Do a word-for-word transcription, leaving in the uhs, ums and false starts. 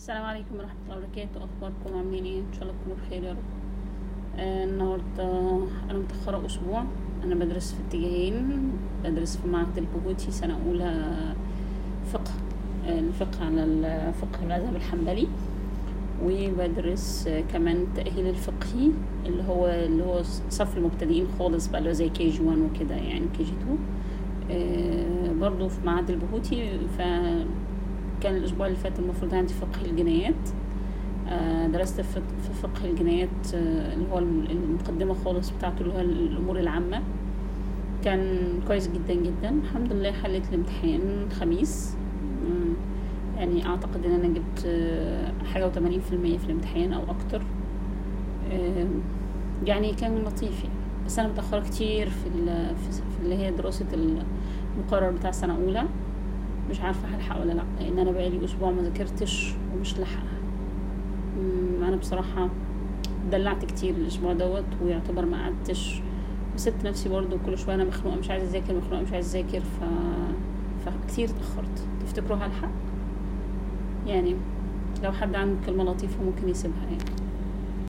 السلام عليكم ورحمة الله وبركاته. أخباركم عاملين ايه؟ إن شاء الله تكونوا بخير يا رب. آه النهاردة أنا متأخرة أسبوع. أنا بدرس في اتجاهين، بدرس في معهد البهوتي سنة أولى فقه، آه الفقه على الفقه المذهب الحنبلي، وبدرس آه كمان التأهيل الفقهي اللي هو اللي هو صف المبتدئين خالص بقى، اللي هو زي كي جي وان وكده، يعني كي جي تو. آه برضو في معهد البهوتي. ف كان الأسبوع اللي فات المفروض عندي فقه الجنايات. آه درست في فقه الجنايات، آه اللي هو المقدمة خالص بتاعته، اللي هو الأمور العامة. كان كويس جدا جدا الحمد لله. حليت الامتحان خميس، يعني أعتقد إن أنا جبت آه حاجة وتمانين في المية في الامتحان أو أكتر. آه يعني كان لطيف يعني. بس أنا متأخرة كتير في, في اللي هي دراسة المقرر بتاع سنة أولى. مش عارفة هلحق ولا لا، لان انا بقالي اسبوع ما ذاكرتش ومش لاحقه. انا بصراحه دلعت كتير الاسبوع دوت، ويعتبر ما قعدتش، وسبت نفسي برضو كل شويه انا مخنوقه مش عايزه اذاكر، مخنوقه مش عايزه اذاكر، ف فكتير اتاخرت. تفتكروا هلحق؟ يعني لو حد عنده كلمه لطيفه ممكن يسيبها يعني.